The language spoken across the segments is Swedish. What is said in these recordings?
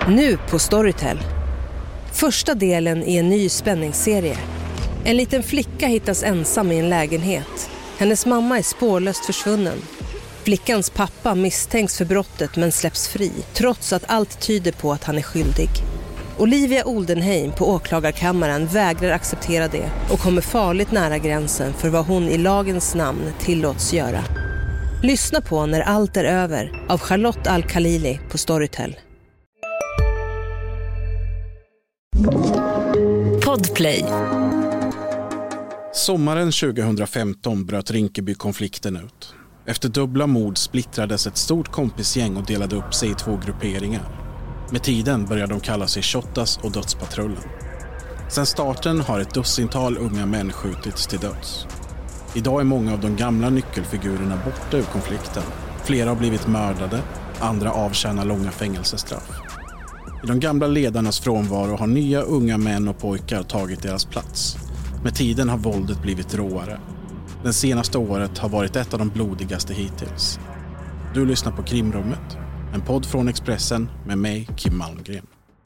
Nu på Storytel. Första delen i en ny spänningsserie. En liten flicka hittas ensam i en lägenhet. Hennes mamma är spårlöst försvunnen. Flickans pappa misstänks för brottet men släpps fri, trots att allt tyder på att han är skyldig. Olivia Oldenheim på åklagarkammaren vägrar acceptera det och kommer farligt nära gränsen för vad hon i lagens namn tillåts göra. Lyssna på När allt är över av Charlotte Al-Khalili på Storytel. Podplay. Sommaren 2015 bröt Rinkeby-konflikten ut. Efter dubbla mord splittrades ett stort kompisgäng och delade upp sig i 2 grupperingar. Med tiden började de kalla sig Shottaz och Dödspatrullen. Sedan starten har ett dussintal unga män skjutits till döds. Idag är många av de gamla nyckelfigurerna borta ur konflikten. Flera har blivit mördade, andra avtjänar långa fängelsestraff. I de gamla ledarnas frånvaro har nya unga män och pojkar tagit deras plats. Med tiden har våldet blivit råare. Det senaste året har varit ett av de blodigaste hittills. Du lyssnar på Krimrummet, en podd från Expressen med mig, Kim Malmgren.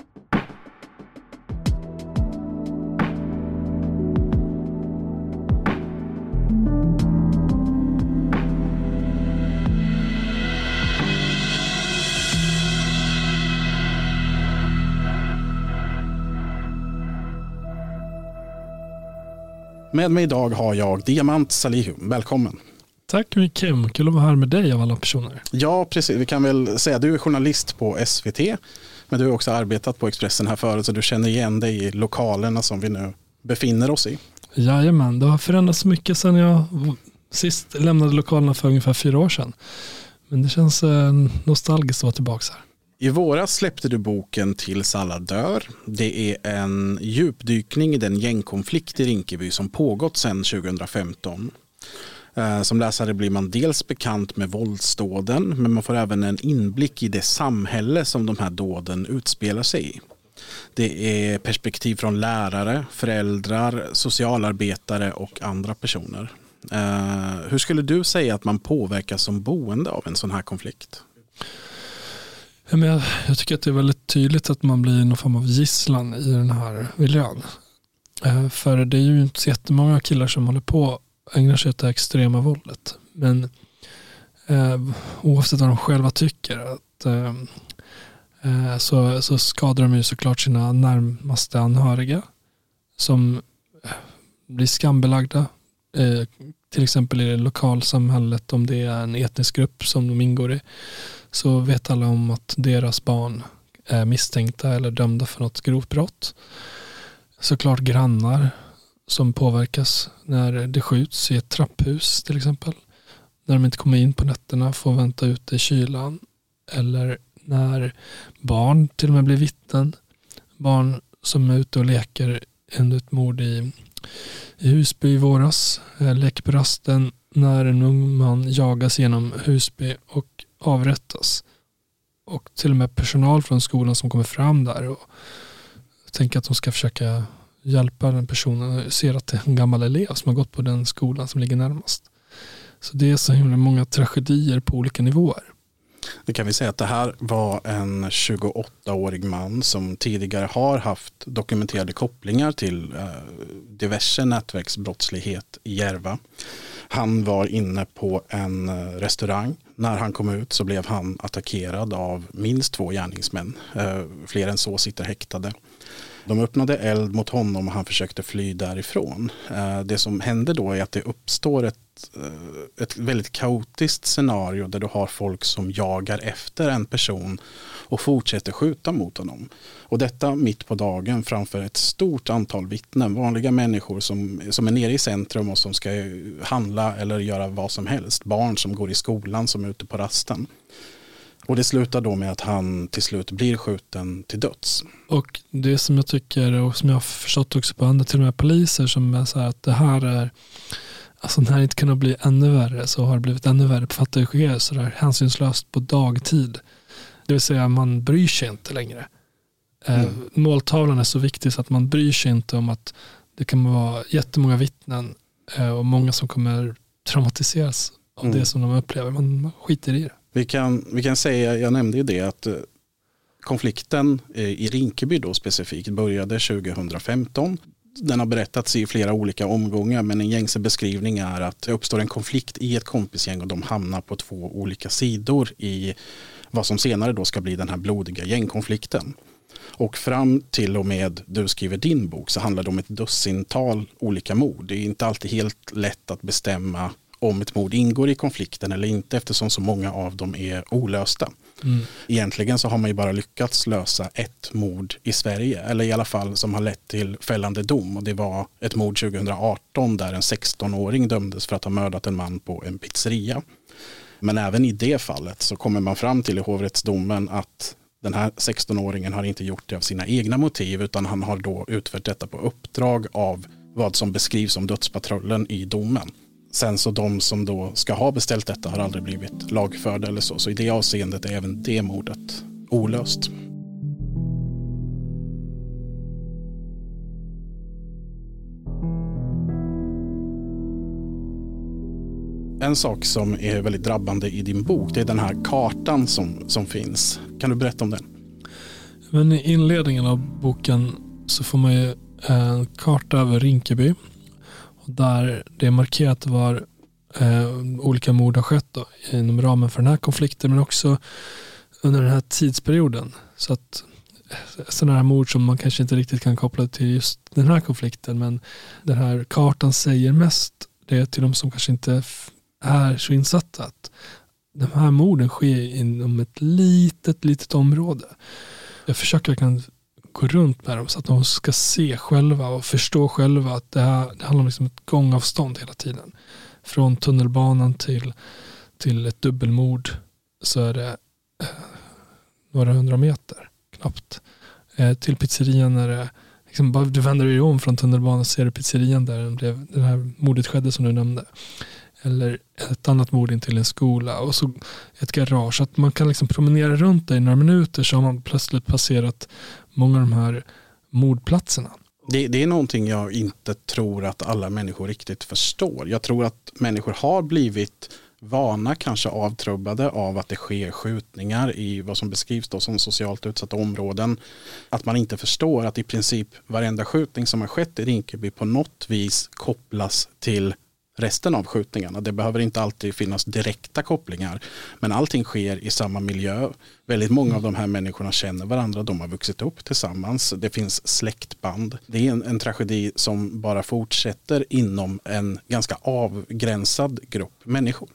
Med mig idag har jag Diamant Salihum. Välkommen. Tack mycket Kim. Kul att vara här med dig av alla personer. Ja, precis. Vi kan väl säga att du är journalist på SVT. Men du har också arbetat på Expressen här förut, så du känner igen dig i lokalerna som vi nu befinner oss i. Jajamän, det har förändrats mycket sedan jag sist lämnade lokalerna för ungefär 4 år sedan. Men det känns nostalgiskt att vara tillbaka här. I våras släppte du boken Tills alla dör. Det är en djupdykning i den gängkonflikt i Rinkeby som pågått sedan 2015. Som läsare blir man dels bekant med våldsdåden, men man får även en inblick i det samhälle som de här dåden utspelar sig i. Det är perspektiv från lärare, föräldrar, socialarbetare och andra personer. Hur skulle du säga att man påverkas som boende av en sån här konflikt? Jag tycker att det är väldigt tydligt att man blir någon form av gisslan i den här miljön. För det är ju inte så jättemånga killar som håller på och ägnar sig åt det extrema våldet. Men oavsett vad de själva tycker så skadar de ju såklart sina närmaste anhöriga som blir skambelagda. Till exempel i det lokalsamhället, om det är en etnisk grupp som de ingår i, så vet alla om att deras barn är misstänkta eller dömda för något grovt brott. Såklart grannar som påverkas när det skjuts i ett trapphus till exempel. När de inte kommer in på nätterna, får vänta ute i kylan. Eller när barn till och med blir vittnen. Barn som är ute och leker under ett mord i Husby i våras. Leker på rasten när en ung man jagas genom Husby och avrättas. Och till och med personal från skolan som kommer fram där och tänker att de ska försöka hjälpa den personen och ser att det är en gammal elev som har gått på den skolan som ligger närmast. Så det är så himla många tragedier på olika nivåer. Det kan vi säga att det här var en 28-årig man som tidigare har haft dokumenterade kopplingar till diverse nätverksbrottslighet i Järva. Han var inne på en restaurang. När han kom ut så blev han attackerad av minst 2 gärningsmän. Fler än så sitter häktade. De öppnade eld mot honom och han försökte fly därifrån. Det som hände då är att det uppstår ett väldigt kaotiskt scenario där du har folk som jagar efter en person och fortsätter skjuta mot honom. Och detta mitt på dagen framför ett stort antal vittnen, vanliga människor som är nere i centrum och som ska handla eller göra vad som helst. Barn som går i skolan, som är ute på rasten. Och det slutar då med att han till slut blir skjuten till döds. Och det som jag tycker, och som jag har förstått också på andra till och med poliser, som är så här att det här är, alltså när det inte kunde bli ännu värre så har det blivit ännu värre på för att sker så där hänsynslöst på dagtid. Det vill säga man bryr sig inte längre. Måltavlan är så viktig så att man bryr sig inte om att det kan vara jättemånga vittnen och många som kommer traumatiseras av det som de upplever. Man skiter i det. Vi kan säga, jag nämnde ju det, att Konflikten i Rinkeby då specifikt började 2015. Den har berättats i flera olika omgångar, men en gängse beskrivning är att det uppstår en konflikt i ett kompisgäng och de hamnar på 2 olika sidor i vad som senare då ska bli den här blodiga gängkonflikten. Och fram till och med du skriver din bok så handlar det om ett dussintal olika mord. Det är inte alltid helt lätt att bestämma om ett mord ingår i konflikten eller inte, eftersom så många av dem är olösta. Egentligen så har man ju bara lyckats lösa ett mord i Sverige, eller i alla fall som har lett till fällande dom, och det var ett mord 2018 där en 16-åring dömdes för att ha mördat en man på en pizzeria. Men även i det fallet så kommer man fram till i hovrättsdomen att den här 16-åringen har inte gjort det av sina egna motiv, utan han har då utfört detta på uppdrag av vad som beskrivs som dödspatrullen i domen. Sen så de som då ska ha beställt detta har aldrig blivit lagförda eller så. Så i det avseendet är även det mordet olöst. En sak som är väldigt drabbande i din bok, det är den här kartan som finns. Kan du berätta om den? Men i inledningen av boken så får man ju en karta över Rinkeby. Och där det är markerat var olika mord har skett då, inom ramen för den här konflikten, men också under den här tidsperioden. Så att sådana här mord som man kanske inte riktigt kan koppla till just den här konflikten, men den här kartan säger mest det till de som kanske inte är så insatta, att de här morden sker inom ett litet område. Jag försöker verkligen gå runt med dem så att de ska se själva och förstå själva att det handlar om liksom ett gångavstånd hela tiden. Från tunnelbanan till ett dubbelmord så är det några 100 meter knappt. Till pizzerian är det liksom, bara du vänder dig om från tunnelbanan ser du pizzerian där det här mordet skedde som du nämnde. Eller ett annat mord in till en skola och så ett garage. Att man kan liksom promenera runt där i några minuter så har man plötsligt passerat många av de här mordplatserna. Det är någonting jag inte tror att alla människor riktigt förstår. Jag tror att människor har blivit vana, kanske avtrubbade av att det sker skjutningar i vad som beskrivs då som socialt utsatta områden. Att man inte förstår att i princip varenda skjutning som har skett i Rinkeby på något vis kopplas till resten av skjutningarna. Det behöver inte alltid finnas direkta kopplingar, men allting sker i samma miljö. Väldigt många av de här människorna känner varandra, de har vuxit upp tillsammans. Det finns släktband. Det är en tragedi som bara fortsätter inom en ganska avgränsad grupp människor.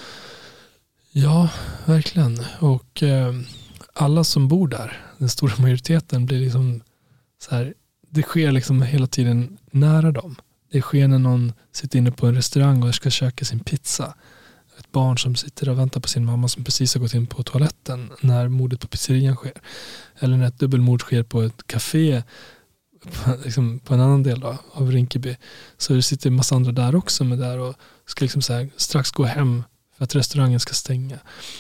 Ja, verkligen. Och alla som bor där, den stora majoriteten, blir liksom så här, det sker liksom hela tiden nära dem. Det sker när någon sitter inne på en restaurang och ska köka sin pizza. Ett barn som sitter och väntar på sin mamma som precis har gått in på toaletten när mordet på pizzerian sker. Eller när ett dubbelmord sker på ett café liksom på en annan del då, av Rinkeby. Så det sitter en massa andra där också med där och ska liksom så här, strax gå hem för att restaurangen ska stänga.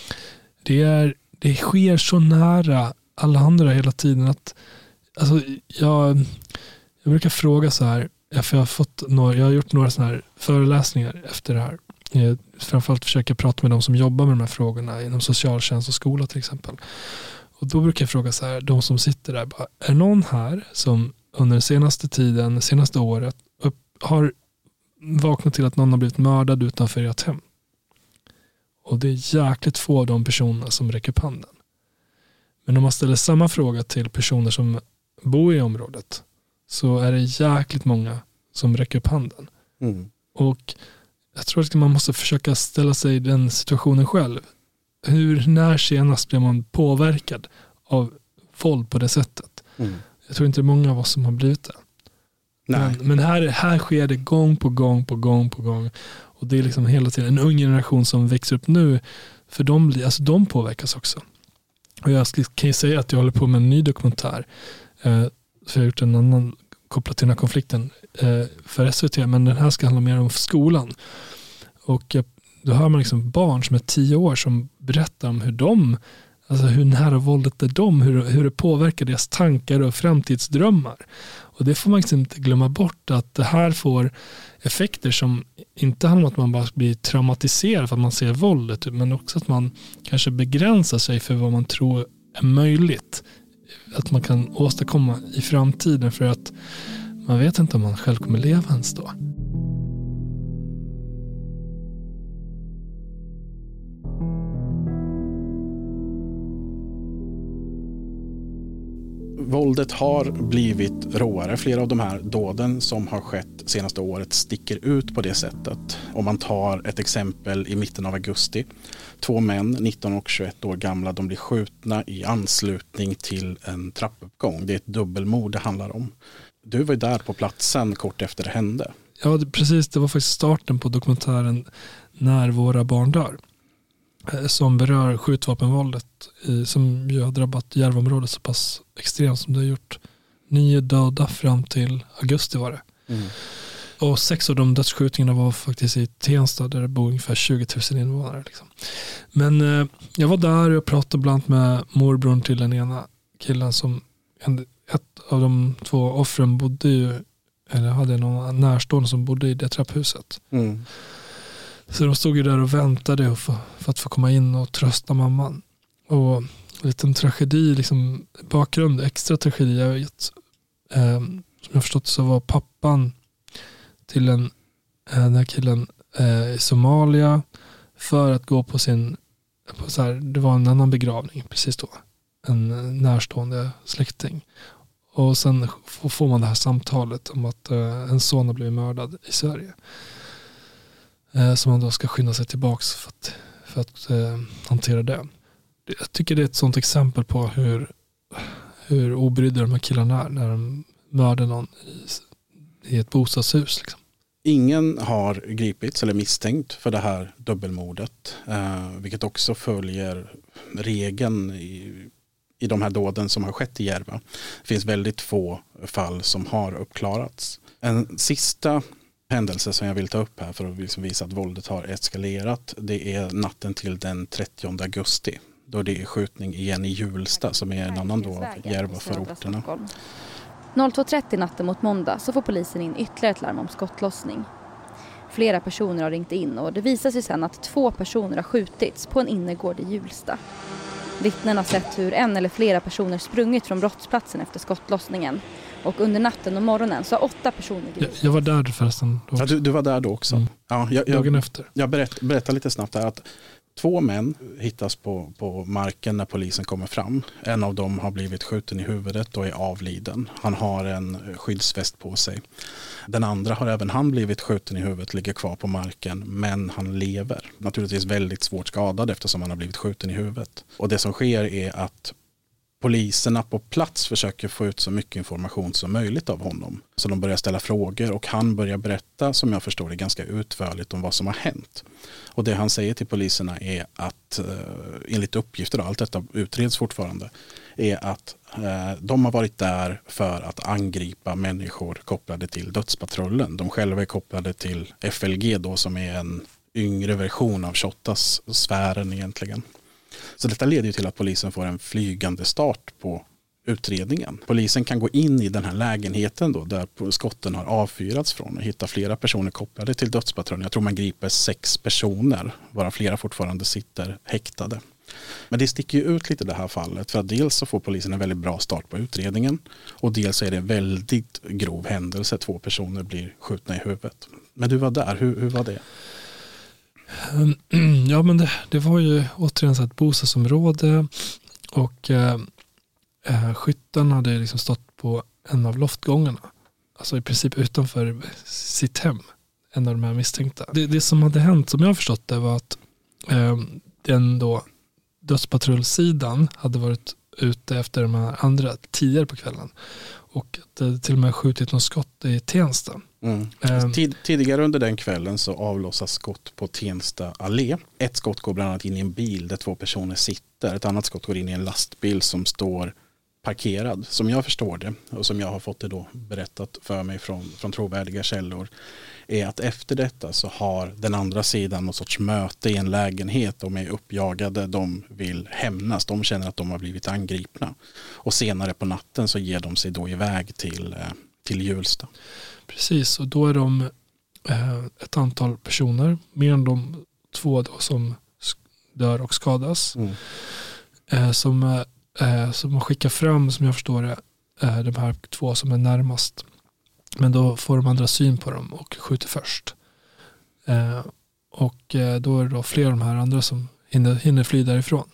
Det sker så nära alla andra hela tiden att alltså, jag brukar fråga så här. För jag har gjort några såna här föreläsningar efter det här. Framförallt försöker prata med de som jobbar med de här frågorna inom socialtjänst och skola till exempel. Och då brukar jag fråga så här, de som sitter där, bara, är någon här som under den senaste året har vaknat till att någon har blivit mördad utanför ert hem? Och det är jäkligt få av de personerna som räcker upp handen. Men om man ställer samma fråga till personer som bor i området så är det jäkligt många som räcker upp handen. Mm. Och jag tror att man måste försöka ställa sig i den situationen själv. När senast blev man påverkad av våld på det sättet? Mm. Jag tror inte det är många av oss som har blivit det. Men här sker det gång på gång. Och det är liksom hela tiden en ung generation som växer upp nu. För de påverkas också. Och jag kan ju säga att jag håller på med en ny dokumentär. Så jag har gjort en annan kopplat till den här konflikten för SVT, men den här ska handla mer om skolan. Och då hör man liksom barn som är 10 år som berättar om hur nära våldet är de, hur det påverkar deras tankar och framtidsdrömmar. Och det får man liksom inte glömma bort, att det här får effekter som inte handlar om att man bara blir traumatiserad för att man ser våldet, men också att man kanske begränsar sig för vad man tror är möjligt man kan åstadkomma i framtiden, för att man vet inte om man själv kommer leva ens då. Våldet har blivit råare. Flera av de här dåden som har skett senaste året sticker ut på det sättet. Om man tar ett exempel i mitten av augusti. 2 män, 19 och 21 år gamla, de blir skjutna i anslutning till en trappuppgång. Det är ett dubbelmord det handlar om. Du var ju där på platsen kort efter det hände. Ja, precis. Det var faktiskt starten på dokumentären När våra barn dör, som berör skjutvapenvåldet som ju har drabbat Järvaområdet så pass extremt som det har gjort. 9 döda fram till augusti var det. Mm. Och 6 av de dödsskjutningarna var faktiskt i Tensta, där det bor ungefär 20 000 invånare. Liksom. Men jag var där och pratade bland annat med morbrorn till den ena killen som ett av de 2 offren bodde ju, eller hade någon närstående som bodde i det trapphuset. Mm. Så de stod ju där och väntade för att få komma in och trösta mamman. Och en liten tragedi, liksom bakgrund, extra tragedi. Jag vet, som jag förstått så var pappan till den här killen i Somalia för att gå på det var en annan begravning precis då. En närstående släkting. Och sen får man det här samtalet om att en son har blivit mördad i Sverige. Som man då ska skynda sig tillbaks för att hantera det. Jag tycker det är ett sånt exempel på hur obrydda de här killarna är när de mördar någon i ett bostadshus. Liksom. Ingen har gripits eller misstänkt för det här dubbelmordet. Vilket också följer regeln i de här dåden som har skett i Järva. Det finns väldigt få fall som har uppklarats. En sista händelse som jag vill ta upp här för att liksom visa att våldet har eskalerat, det är natten till den 30 augusti. Då det är skjutning igen i Hjulsta som är en annan då av Järva-förorterna. 02.30 natten mot måndag så får polisen in ytterligare ett larm om skottlossning. Flera personer har ringt in och det visar sig sedan att 2 personer har skjutits på en innergård i Hjulsta. Vittnen har sett hur en eller flera personer sprungit från brottsplatsen efter skottlossningen. Och under natten och morgonen så har 8 personer gripits. Jag var där förresten. Ja, du var där då också. Mm. Ja, dagen efter. Jag berättar lite snabbt här att 2 män hittas på marken när polisen kommer fram. En av dem har blivit skjuten i huvudet och är avliden. Han har en skyddsväst på sig. Den andra har även han blivit skjuten i huvudet, ligger kvar på marken, men han lever. Naturligtvis väldigt svårt skadad eftersom han har blivit skjuten i huvudet. Och det som sker är att poliserna på plats försöker få ut så mycket information som möjligt av honom. Så de börjar ställa frågor och han börjar berätta, som jag förstår det, ganska utförligt om vad som har hänt. Och det han säger till poliserna är att, enligt uppgifter, allt detta utreds fortfarande, är att de har varit där för att angripa människor kopplade till dödspatrullen. De själva är kopplade till FLG då, som är en yngre version av Shottaz-sfären egentligen. Så detta leder ju till att polisen får en flygande start på utredningen. Polisen kan gå in i den här lägenheten då, där skotten har avfyrats från och hitta flera personer kopplade till dödspatrullen. Jag tror man griper 6 personer, varav flera fortfarande sitter häktade. Men det sticker ju ut lite det här fallet, för att dels så får polisen en väldigt bra start på utredningen och dels är det en väldigt grov händelse. 2 personer blir skjutna i huvudet. Men du var där, hur var det? Ja, men det var ju återigen så ett bostadsområde och skyttarna hade liksom stått på en av loftgångarna, alltså i princip utanför sitt hem, en av de här misstänkta. Det som hade hänt, som jag har förstått det, var att den då dödspatrullsidan hade varit ute efter de här andra tidigare på kvällen och till och med skjutit någon skott i Tensta. Tidigare under den kvällen så avlossas skott på Tensta allé. Ett skott går bland annat in i en bil där 2 personer sitter. Ett annat skott går in i en lastbil som står parkerad. Som jag förstår det och som jag har fått det då berättat för mig från trovärdiga källor, är att efter detta så har den andra sidan någon sorts möte i en lägenhet. De är uppjagade, de vill hämnas, de känner att de har blivit angripna. Och senare på natten så ger de sig då iväg till Hjulsta. Precis, och då är de ett antal personer, mer än de 2 då som dör och skadas, som Så man skickar fram, som jag förstår det, de här 2 som är närmast. Men då får de andra syn på dem och skjuter först. Och då är det då fler av de här andra som hinner fly därifrån.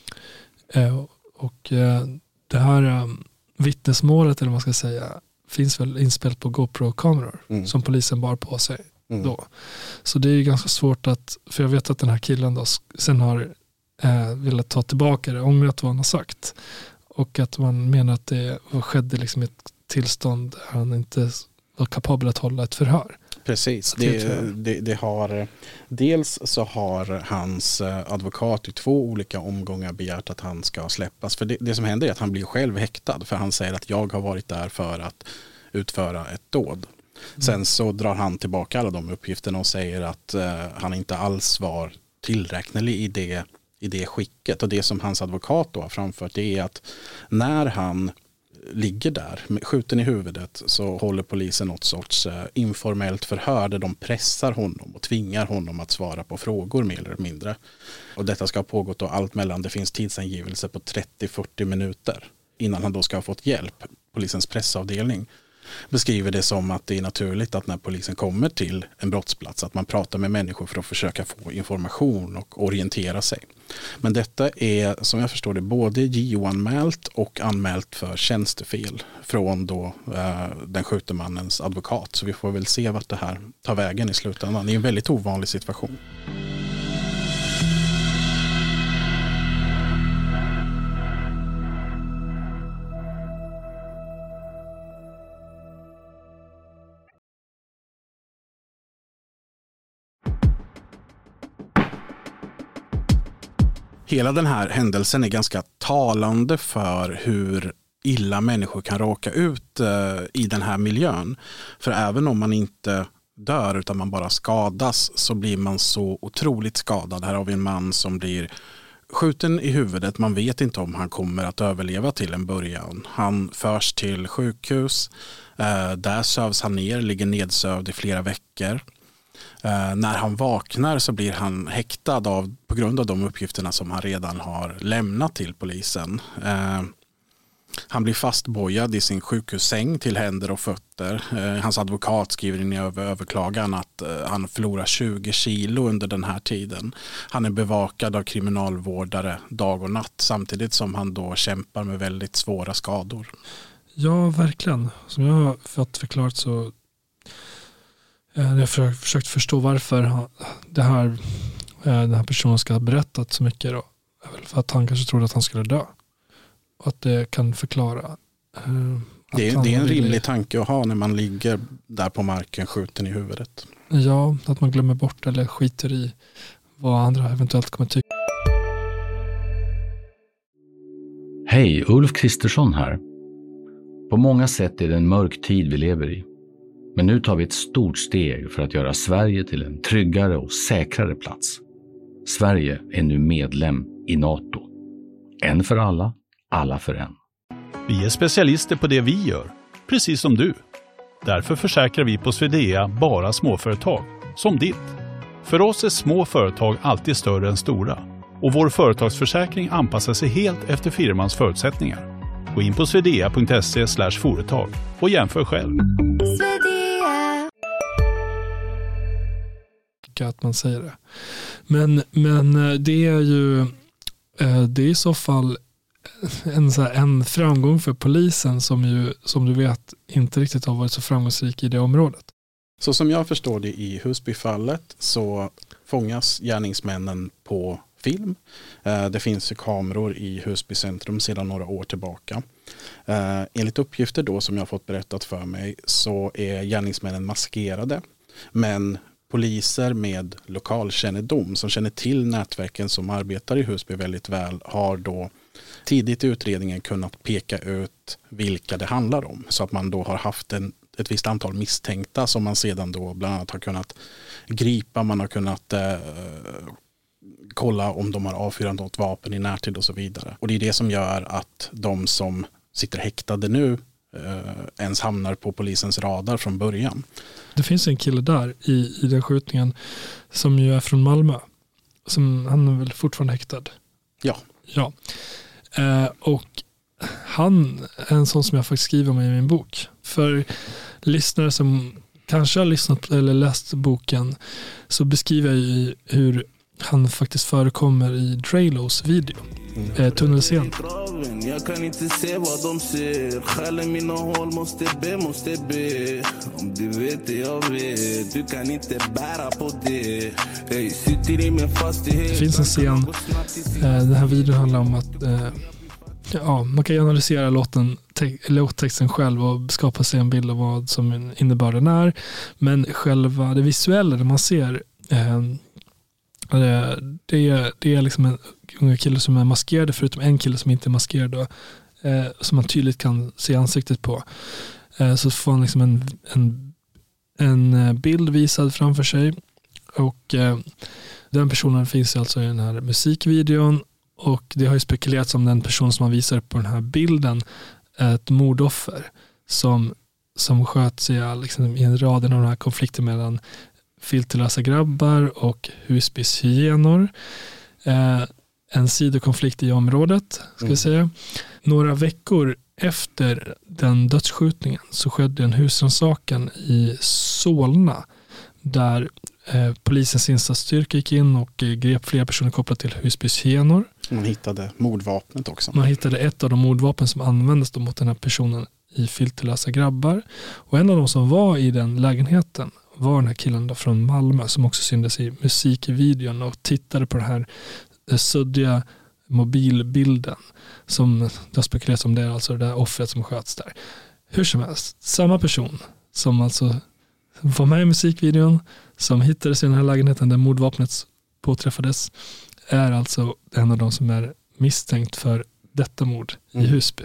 Och det här vittnesmålet, eller vad man ska säga, finns väl inspelat på GoPro-kameror som polisen bar på sig då. Så det är ju ganska svårt att, för jag vet att den här killen då sen har velat ta tillbaka det, ångrat vad han har sagt. Och att man menar att det skedde liksom ett tillstånd där han inte var kapabel att hålla ett förhör. Precis. Det har, dels så har hans advokat i 2 olika omgångar begärt att han ska släppas. För det som händer är att han blir själv häktad, för han säger att jag har varit där för att utföra ett dåd. Sen så drar han tillbaka alla de uppgifterna och säger att han inte alls var tillräknelig i det skicket. Och det som hans advokat då har framfört, det är att när han ligger där skjuten i huvudet så håller polisen något sorts informellt förhör där de pressar honom och tvingar honom att svara på frågor mer eller mindre. Och detta ska ha pågått då allt mellan, det finns tidsangivelse på 30-40 minuter innan han då ska ha fått hjälp. Polisens pressavdelning beskriver det som att det är naturligt att när polisen kommer till en brottsplats att man pratar med människor för att försöka få information och orientera sig. Men detta är, som jag förstår det, både JO-anmält och anmält för tjänstefel från då den skjutemannens advokat. Så vi får väl se vart det här tar vägen i slutändan. Det är en väldigt ovanlig situation. Hela den här händelsen är ganska talande för hur illa människor kan råka ut i den här miljön. För även om man inte dör utan man bara skadas så blir man så otroligt skadad. Här har vi en man som blir skjuten i huvudet. Man vet inte om han kommer att överleva till en början. Han förs till sjukhus. Där sövs han ner, ligger nedsövd i flera veckor. När han vaknar så blir han häktad på grund av de uppgifterna som han redan har lämnat till polisen. Han blir fastbojad i sin sjukhussäng till händer och fötter. Hans advokat skriver in i överklagan att han förlorar 20 kilo under den här tiden. Han är bevakad av kriminalvårdare dag och natt samtidigt som han då kämpar med väldigt svåra skador. Ja, verkligen. Som jag har fått förklarat så jag har försökt förstå varför den här personen ska ha berättat så mycket då. För att han kanske trodde att han skulle dö. Och att det kan förklara. Det är en rimlig tanke att ha när man ligger där på marken skjuten i huvudet. Ja, att man glömmer bort eller skiter i vad andra eventuellt kommer tycka. Hej, Ulf Kristersson här. På många sätt är det en mörk tid vi lever i. Men nu tar vi ett stort steg för att göra Sverige till en tryggare och säkrare plats. Sverige är nu medlem i NATO. En för alla, alla för en. Vi är specialister på det vi gör, precis som du. Därför försäkrar vi på Swedea bara småföretag, som ditt. För oss är små företag alltid större än stora. Och vår företagsförsäkring anpassar sig helt efter firmans förutsättningar. Gå in på swedea.se/företag och jämför själv. Att man säger det. Men det är ju det är i så fall en framgång för polisen som du vet inte riktigt har varit så framgångsrik i det området. Så som jag förstår det i Husbyfallet så fångas gärningsmännen på film. Det finns kameror i Husby centrum sedan några år tillbaka. Enligt uppgifter då som jag har fått berättat för mig så är gärningsmännen maskerade. Men poliser med lokalkännedom som känner till nätverken som arbetar i Husby väldigt väl har då tidigt i utredningen kunnat peka ut vilka det handlar om. Så att man då har haft ett visst antal misstänkta som man sedan då bland annat har kunnat gripa. Man har kunnat kolla om de har avfyrat något vapen i närtid och så vidare. Och det är det som gör att de som sitter häktade nu ens hamnar på polisens radar från början. Det finns en kille där i den skjutningen som ju är från Malmö. Han är väl fortfarande häktad? Ja. Och han är en sån som jag faktiskt skriver om i min bok. För lyssnare som kanske har lyssnat eller läst boken så beskriver jag ju hur han faktiskt förekommer i Draylos video. Tunnelscen. Jag kan inte se vad de ser. Själen mina hål måste be. Om du vet det jag vet. Du kan inte bära på det. Hey, sitter i min fastighet. Det finns en scen. Den här videon handlar om att man kan analysera låttexten själv och skapa sig en bild av vad som innebörden är. Men själva det visuella, det man ser, det är liksom en unga kille som är maskerad, förutom en kille som inte är maskerad då, som man tydligt kan se ansiktet på. Så får han liksom en bild visad framför sig, och den personen finns alltså i den här musikvideon, och det har ju spekulerats om den person som man visar på den här bilden är ett mordoffer som sköts liksom, i en rad av de här konflikter mellan filterlösa grabbar och Husbys hyenor. En sidokonflikt i området, ska vi säga. Några veckor efter den dödsskjutningen så skedde en husrannsakan i Solna, där polisens insatsstyrka gick in och grep flera personer kopplat till Husbys hyenor. Man hittade mordvapnet också. Man hittade ett av de mordvapen som användes då mot den här personen i filterlösa grabbar. Och en av de som var i den lägenheten var den här killen då från Malmö, som också syntes i musikvideon och tittade på den här suddiga mobilbilden som det har spekulerats om det är alltså det där offret som sköts där. Hur som helst, samma person som alltså var med i musikvideon, som hittades i den här lägenheten där mordvapnet påträffades, är alltså en av de som är misstänkt för detta mord i Husby.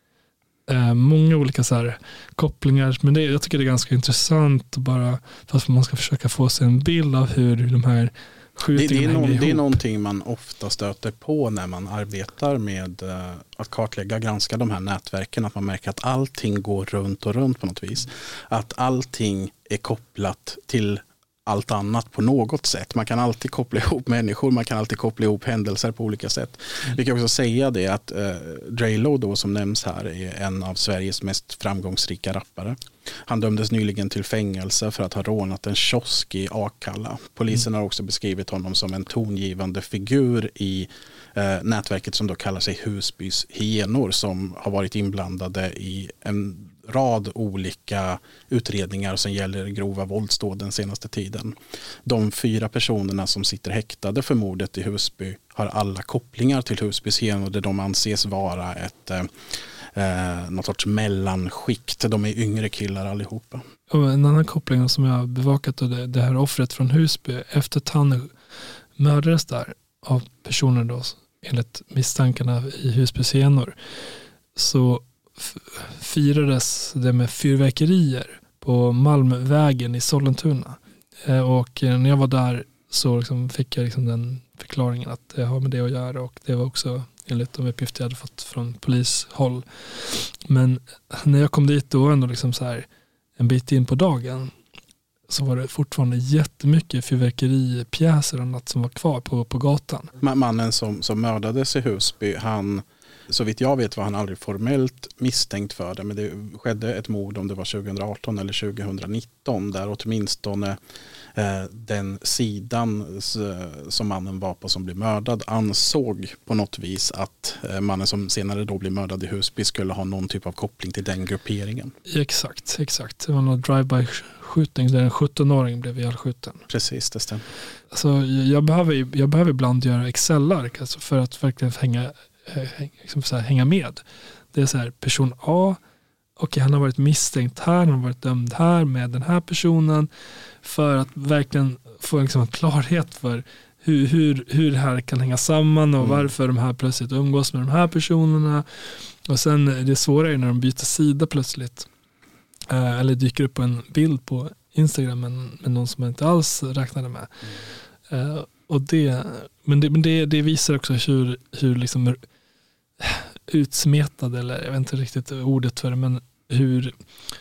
Många olika så här kopplingar, men jag tycker det är ganska intressant, bara för att man ska försöka få sig en bild av hur de här skjutningarna hänger ihop. Det är någonting man ofta stöter på när man arbetar med att kartlägga, granska de här nätverken, att man märker att allting går runt och runt på något vis. Att allting är kopplat till allt annat på något sätt. Man kan alltid koppla ihop människor, man kan alltid koppla ihop händelser på olika sätt. Vi kan också säga det att Draylo då, som nämns här, är en av Sveriges mest framgångsrika rappare. Han dömdes nyligen till fängelse för att ha rånat en kiosk i Akalla. Polisen har också beskrivit honom som en tongivande figur i nätverket som då kallar sig Husbys hyenor, som har varit inblandade i en rad olika utredningar som gäller grova våldsdåd den senaste tiden. De 4 personerna som sitter häktade för mordet i Husby har alla kopplingar till Husbys hyenor, där de anses vara något sorts mellanskikt. De är yngre killar allihopa. Och en annan koppling som jag har bevakat, och det här offret från Husby, efter att han mördades där av personer då, enligt misstankarna i Husbys hyenor, så firades det med fyrverkerier på Malmvägen i Sollentuna. Och när jag var där så liksom fick jag liksom den förklaringen att det har med det att göra, och det var också enligt de uppgifter jag hade fått från polishåll. Men när jag kom dit då ändå liksom så här en bit in på dagen, så var det fortfarande jättemycket fyrverkeripjäser och annat som var kvar på gatan. Mannen som mördades i Husby, han, så vitt jag vet, var han aldrig formellt misstänkt för det, men det skedde ett mord, om det var 2018 eller 2019, där åtminstone den sidan som mannen var på som blev mördad ansåg på något vis att mannen som senare då blev mördad i Husby skulle ha någon typ av koppling till den grupperingen. Exakt. Det var någon drive-by-skjutning där en 17-åring blev ihjälskjuten. Precis, det stämmer. Alltså, jag behöver ibland göra Excel-ark, alltså, för att verkligen hänga med. Det är så här, person A, okej, han har varit misstänkt här, han har varit dömd här med den här personen, för att verkligen få liksom en klarhet för hur det här kan hänga samman och varför de här plötsligt umgås med de här personerna. Och sen det svåra är när de byter sida plötsligt, eller dyker upp en bild på Instagram med någon som man inte alls räknade med. Och det visar också hur liksom utsmetad, eller jag vet inte riktigt ordet för det, men hur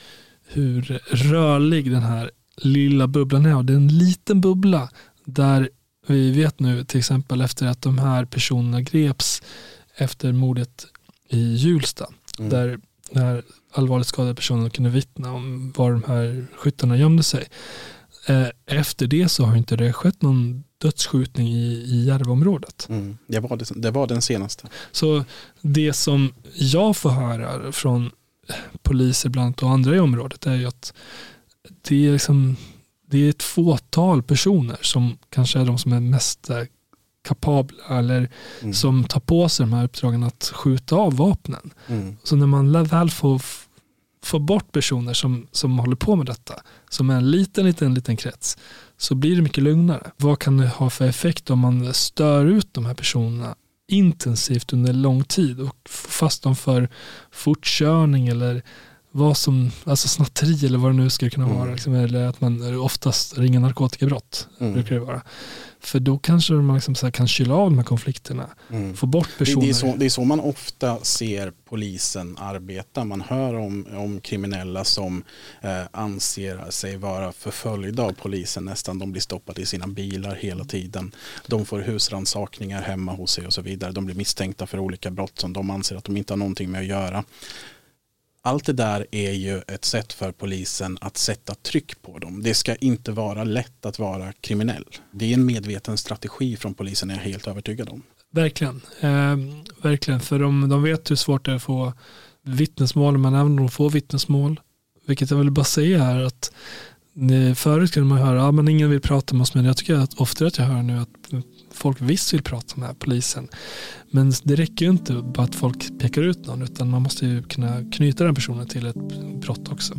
rörlig den här lilla bubblan är. Och det är en liten bubbla där vi vet nu, till exempel efter att de här personerna greps efter mordet i Hjulsta. Där den här allvarligt skadade personen kunde vittna om var de här skyttarna gömde sig. Efter det så har inte det skett någon dödsskjutning i Järvaområdet. Det var den senaste. Så det som jag får höra från poliser bland annat och andra i området är ju att det är ett fåtal personer som kanske är de som är mest kapabla eller som tar på sig de här uppdragen att skjuta av vapnen. Så när man väl får bort personer som håller på med detta, som är en liten krets, så blir det mycket lugnare. Vad kan det ha för effekt om man stör ut de här personerna intensivt under lång tid och fast dem för fortkörning eller vad som, alltså snatteri eller vad det nu ska kunna vara, liksom, eller att man oftast ringer narkotikabrott brukar det vara. För då kanske man liksom så här kan kyla av de här konflikterna, få bort personer. Det är så man ofta ser polisen arbeta. Man hör om kriminella som anser sig vara förföljda av polisen nästan. De blir stoppade i sina bilar hela tiden. De får husrannsakningar hemma hos sig och så vidare. De blir misstänkta för olika brott som de anser att de inte har någonting med att göra. Allt det där är ju ett sätt för polisen att sätta tryck på dem. Det ska inte vara lätt att vara kriminell. Det är en medveten strategi från polisen, är jag helt övertygad om. Verkligen. Verkligen. För de vet hur svårt det är att få vittnesmål, men även om de får vittnesmål. Vilket jag vill bara säga är att förut kunde man höra men ingen vill prata med oss, men jag tycker att ofta att jag hör nu att folk visst vill prata med polisen. Men det räcker ju inte bara att folk pekar ut någon, utan man måste ju kunna knyta den personen till ett brott också.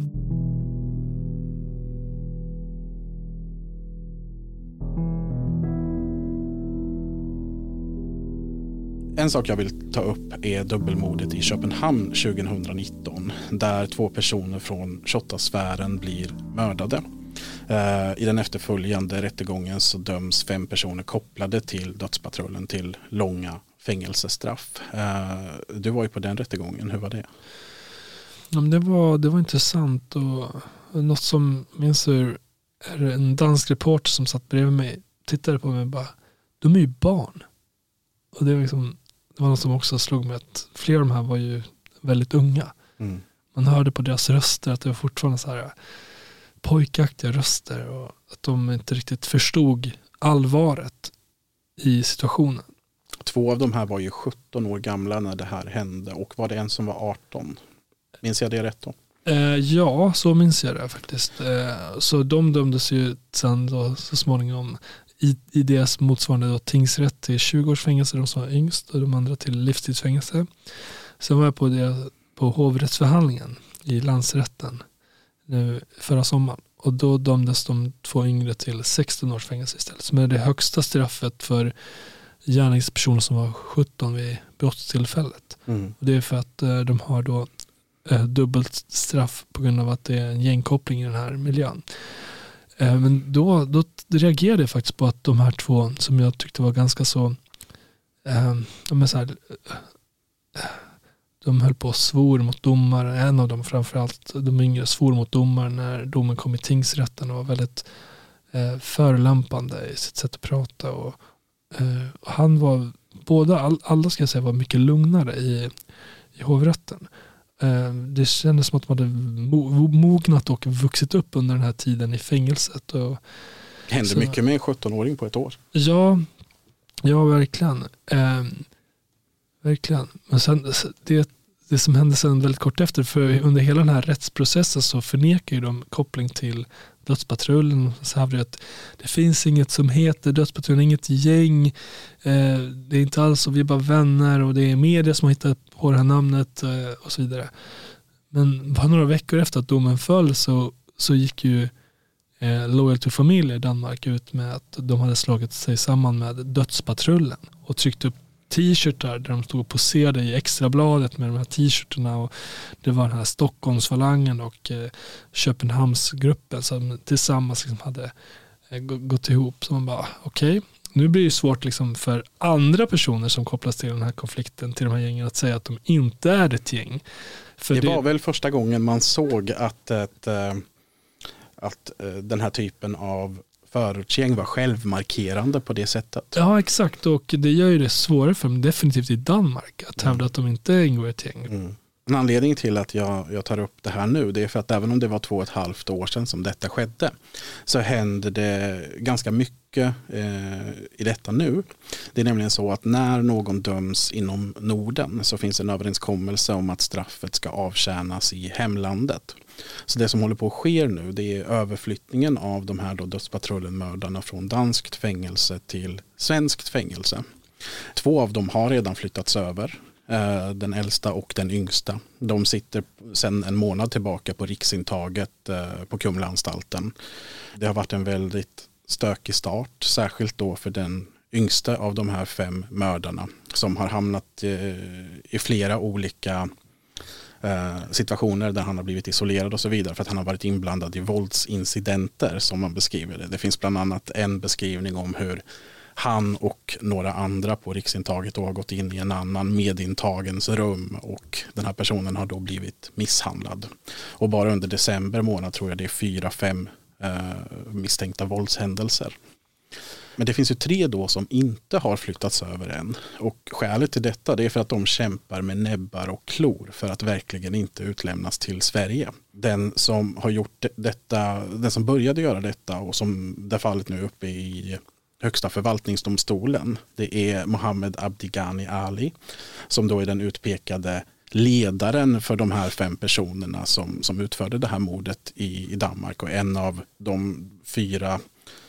En sak jag vill ta upp är dubbelmordet i Köpenhamn 2019 där 2 personer från Shotta-sfären blir mördade. I den efterföljande rättegången så döms 5 personer kopplade till dödspatrullen till långa fängelsestraff. Du var ju på den rättegången, hur var det? Ja, men det var intressant och något som minns är en dansk reporter som satt bredvid mig tittade på mig och bara, de är ju barn. Och det var något som också slog mig att flera av de här var ju väldigt unga. Man hörde på deras röster att det var fortfarande så här pojkaktiga röster och att de inte riktigt förstod allvaret i situationen. 2 av de här var ju 17 år gamla när det här hände och var det en som var 18? Minns jag det rätt då? Ja, så minns jag det faktiskt. Så de dömdes ju sen då, så småningom i deras motsvarande då, tingsrätt till 20 års fängelse, de som var yngst, och de andra till livstidsfängelse. Sen var jag på hovrättsförhandlingen i landsrätten nu förra sommaren. Och då dömdes de 2 yngre till 16 års fängelse istället. Som är det högsta straffet för gärningspersoner som var 17 vid brottstillfället. Och det är för att de har då dubbelt straff på grund av att det är en gängkoppling i den här miljön. Men då reagerade jag faktiskt på att de här 2 som jag tyckte var ganska så de höll på och svor mot domaren. En av dem framförallt, de yngre, svor mot domaren när domen kom i tingsrätten och var väldigt förolämpande i sitt sätt att prata. Och han var, alla ska jag säga, var mycket lugnare i hovrätten. Det kändes som att de hade mognat och vuxit upp under den här tiden i fängelset. Och hände mycket med en 17-åring på ett år. Ja, verkligen. Verkligen. Men sen, det som hände sen väldigt kort efter, för under hela den här rättsprocessen så förnekar ju de koppling till dödspatrullen. Så hävdar att det finns inget som heter dödspatrullen, inget gäng. Det är inte alls så, vi är bara vänner och det är media som har hittat på det här namnet och så vidare. Men bara några veckor efter att domen föll så gick ju Loyal to Familie i Danmark ut med att de hade slagit sig samman med dödspatrullen och tryckt upp t-shirtar där de stod och poserade i Extrabladet med de här t-shirtarna, och det var den här Stockholmsfalangen och Köpenhamnsgruppen som tillsammans liksom hade gått ihop. Så man bara, okej. Nu blir det svårt liksom för andra personer som kopplas till den här konflikten, till de här gängen, att säga att de inte är ett gäng. För det var väl första gången man såg att den här typen av förortsgäng var självmarkerande på det sättet. Ja, exakt. Och det gör ju det svårare för dem definitivt i Danmark att hävda att de inte ingår i ett gäng. Mm. En anledning till att jag tar upp det här nu, det är för att även om det var 2,5 år sedan som detta skedde, så händer det ganska mycket i detta nu. Det är nämligen så att när någon döms inom Norden så finns en överenskommelse om att straffet ska avtjänas i hemlandet. Så det som håller på att ske nu, det är överflyttningen av de här dödspatrullenmördarna från danskt fängelse till svenskt fängelse. 2 av dem har redan flyttats över. Den äldsta och den yngsta. De sitter sedan en månad tillbaka på riksintaget på Kumlaanstalten. Det har varit en väldigt stökig start, särskilt då för den yngsta av de här 5 mördarna som har hamnat i flera olika situationer där han har blivit isolerad och så vidare för att han har varit inblandad i våldsincidenter som man beskriver det. Det finns bland annat en beskrivning om hur han och några andra på riksintaget då har gått in i en annan medintagens rum och den här personen har då blivit misshandlad. Och bara under december månad tror jag det är 4-5 misstänkta våldshändelser. Men det finns ju 3 då som inte har flyttats över än. Och skälet till detta det är för att de kämpar med näbbar och klor för att verkligen inte utlämnas till Sverige. Den som har gjort detta, den som började göra detta och som det fallet nu är uppe i Högsta förvaltningsdomstolen, det är Mohammed Abdighani Ali som då är den utpekade ledaren för de här 5 personerna som utförde det här mordet i Danmark och en av de 4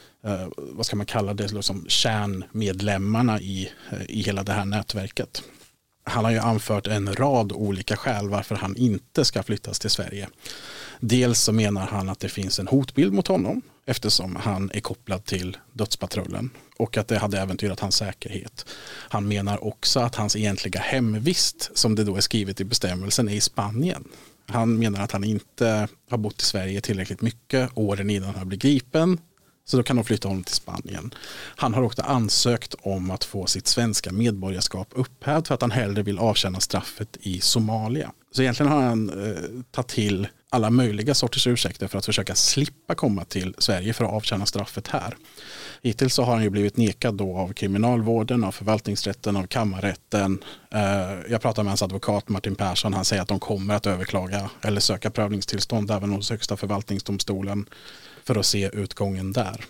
vad ska man kalla det som kärnmedlemmarna i hela det här nätverket. Han har ju anfört en rad olika skäl varför han inte ska flyttas till Sverige. Dels så menar han att det finns en hotbild mot honom eftersom han är kopplad till dödspatrullen och att det hade äventyrat hans säkerhet. Han menar också att hans egentliga hemvist, som det då är skrivet i bestämmelsen, är i Spanien. Han menar att han inte har bott i Sverige tillräckligt mycket åren innan han blev gripen, så då kan de flytta honom till Spanien. Han har också ansökt om att få sitt svenska medborgarskap upphävt för att han hellre vill avtjäna straffet i Somalia. Så egentligen har han tagit till alla möjliga sorters ursäkter för att försöka slippa komma till Sverige för att avtjäna straffet här. Hittills så har han ju blivit nekad då av kriminalvården, av förvaltningsrätten, av kammarrätten. Jag pratar med hans advokat Martin Persson, han säger att de kommer att överklaga eller söka prövningstillstånd även hos Högsta förvaltningsdomstolen för att se utgången där.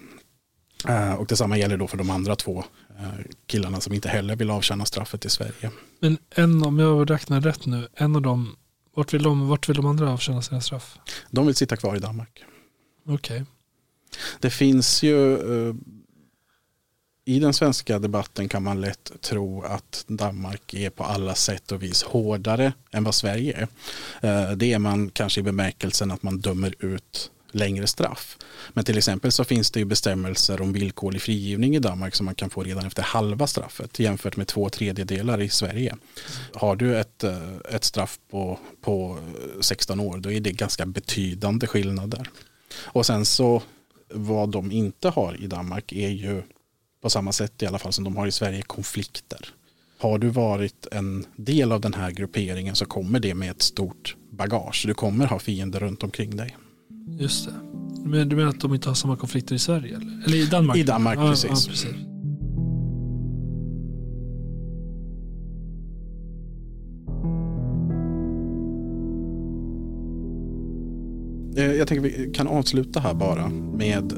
Och detsamma gäller då för de andra 2 killarna som inte heller vill avtjäna straffet i Sverige. Men om jag räknar rätt nu, en av dem, vart vill de andra avtjäna sina straff? De vill sitta kvar i Danmark. Okej. Det finns ju i den svenska debatten kan man lätt tro att Danmark är på alla sätt och vis hårdare än vad Sverige är. Det är man kanske i bemärkelsen att man dömer ut längre straff. Men till exempel så finns det ju bestämmelser om villkorlig frigivning i Danmark som man kan få redan efter halva straffet jämfört med 2/3 i Sverige. Har du ett straff på 16 år då är det ganska betydande skillnader. Och sen så vad de inte har i Danmark är ju på samma sätt i alla fall som de har i Sverige konflikter. Har du varit en del av den här grupperingen så kommer det med ett stort bagage. Du kommer ha fiender runt omkring dig. Just det. Men du menar att de inte har samma konflikter i Sverige? Eller i Danmark? I Danmark, precis. Ja, precis. Jag tänker vi kan avsluta här bara med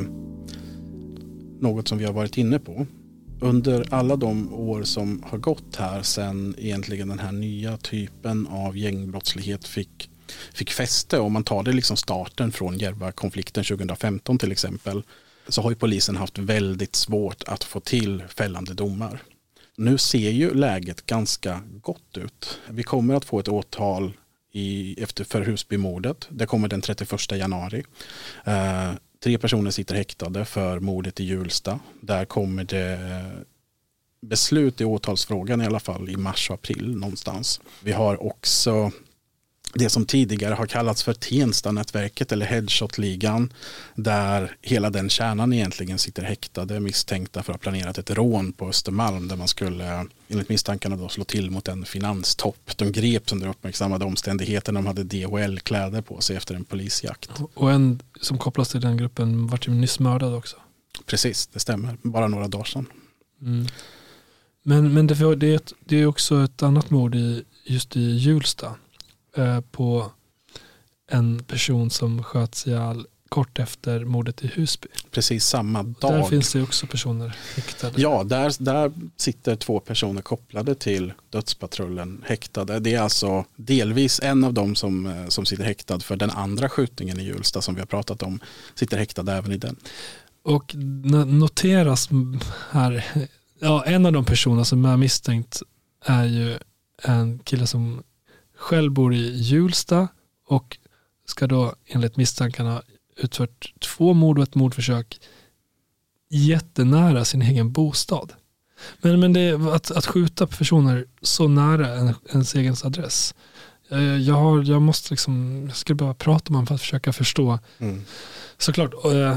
något som vi har varit inne på. Under alla de år som har gått här sedan egentligen den här nya typen av gängbrottslighet fick fäste, och man tar det liksom starten från Järva-konflikten 2015 till exempel, så har ju polisen haft väldigt svårt att få till fällande domar. Nu ser ju läget ganska gott ut. Vi kommer att få ett åtal för Husbymordet. Det kommer den 31 januari. 3 personer sitter häktade för mordet i Hjulsta. Där kommer det beslut i åtalsfrågan i alla fall i mars och april någonstans. Vi har också det som tidigare har kallats för Tensta-nätverket eller Headshot-ligan, där hela den kärnan egentligen sitter häktade misstänkta för att ha planerat ett rån på Östermalm där man skulle enligt misstankarna då slå till mot en finanstopp. De greps under uppmärksammade omständigheter när de hade DHL-kläder på sig efter en polisjakt. Och en som kopplas till den gruppen var ju nyss mördad också. Precis, det stämmer. Bara några dagar sedan. Mm. Men det är också ett annat mord just i Hjulsta. På en person som sköts ihjäl kort efter mordet i Husby. Precis samma dag. Där finns det också personer häktade. Ja, där sitter 2 personer kopplade till dödspatrullen häktade. Det är alltså delvis en av dem som sitter häktad för den andra skjutningen i Hjulsta som vi har pratat om, sitter häktad även i den. Och noteras här, en av de personer som är misstänkt är ju en kille som själv bor i Hjulsta och ska då enligt misstankarna ha utfört 2 mord och ett mordförsök jättenära sin egen bostad. Men det är att skjuta personer så nära ens egen adress. Jag skulle behöva prata med honom för att försöka förstå. Mm. Såklart,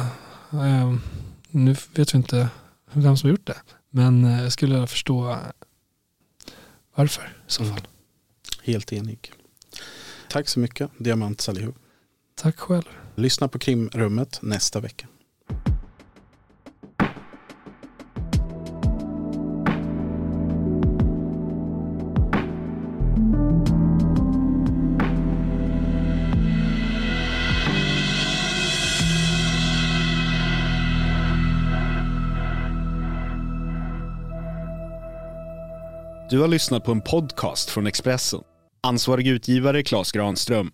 nu vet vi inte vem som har gjort det. Men jag skulle förstå varför i så fall. Helt enig. Tack så mycket, Diamant Salihu. Tack själv. Lyssna på Krimrummet nästa vecka. Du har lyssnat på en podcast från Expressen. Ansvarig utgivare Claes Granström.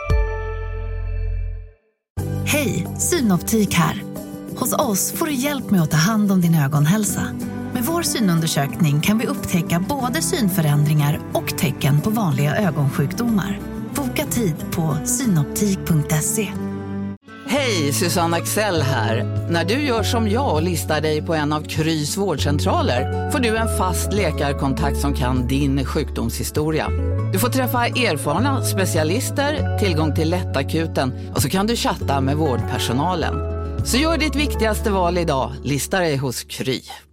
Hej, Synoptik här. Hos oss får du hjälp med att ta hand om din ögonhälsa. Med vår synundersökning kan vi upptäcka både synförändringar och tecken på vanliga ögonsjukdomar. Boka tid på synoptik.se. Hej, Susanne Axel här. När du gör som jag och listar dig på en av Krys vårdcentraler får du en fast läkarkontakt som kan din sjukdomshistoria. Du får träffa erfarna specialister, tillgång till lättakuten och så kan du chatta med vårdpersonalen. Så gör ditt viktigaste val idag, lista dig hos Kry.